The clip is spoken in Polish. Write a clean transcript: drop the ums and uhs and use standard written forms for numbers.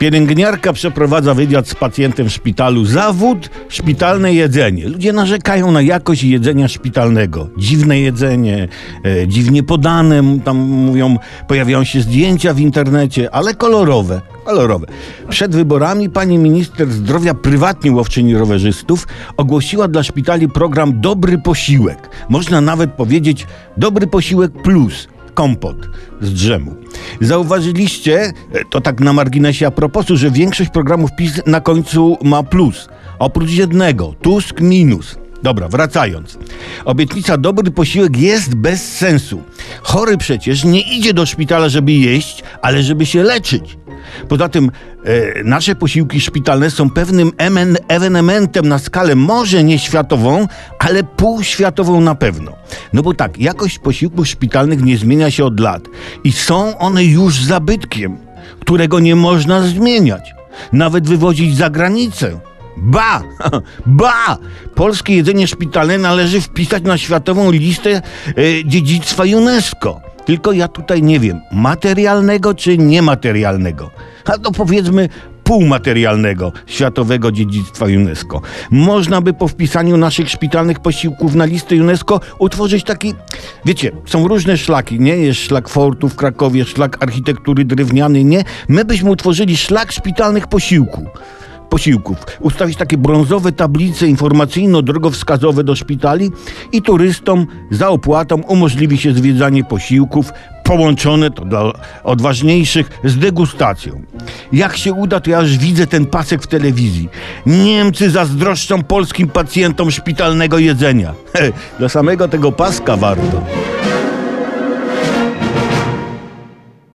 Pielęgniarka przeprowadza wywiad z pacjentem w szpitalu. Zawód, szpitalne jedzenie. Ludzie narzekają na jakość jedzenia szpitalnego. Dziwne jedzenie, dziwnie podane, tam mówią, pojawiają się zdjęcia w internecie, ale kolorowe. Przed wyborami pani minister zdrowia, prywatnie łowczyni rowerzystów, ogłosiła dla szpitali program Dobry Posiłek. Można nawet powiedzieć Dobry Posiłek Plus. Kompot z drzemu. Zauważyliście, to tak na marginesie a proposu, że większość programów PiS na końcu ma plus. Oprócz jednego, Tusk minus. Dobra, wracając. Obietnica Dobry Posiłek jest bez sensu. Chory przecież nie idzie do szpitala, żeby jeść, ale żeby się leczyć. Poza tym nasze posiłki szpitalne są pewnym ewenementem na skalę może nie światową, ale półświatową na pewno. No bo tak, jakość posiłków szpitalnych nie zmienia się od lat i są one już zabytkiem, którego nie można zmieniać, nawet wywozić za granicę. Ba! Polskie jedzenie szpitalne należy wpisać na światową listę dziedzictwa UNESCO. Tylko ja tutaj nie wiem, materialnego czy niematerialnego. A to powiedzmy półmaterialnego światowego dziedzictwa UNESCO. Można by po wpisaniu naszych szpitalnych posiłków na listę UNESCO utworzyć taki, wiecie, są różne szlaki, nie? Jest szlak fortu w Krakowie, szlak architektury drewnianej, nie? My byśmy utworzyli szlak szpitalnych posiłków. Ustawić takie brązowe tablice informacyjno-drogowskazowe do szpitali i turystom za opłatą umożliwi się zwiedzanie posiłków, połączone, to dla odważniejszych, z degustacją. Jak się uda, to ja już widzę ten pasek w telewizji. Niemcy zazdroszczą polskim pacjentom szpitalnego jedzenia. Dla samego tego paska warto.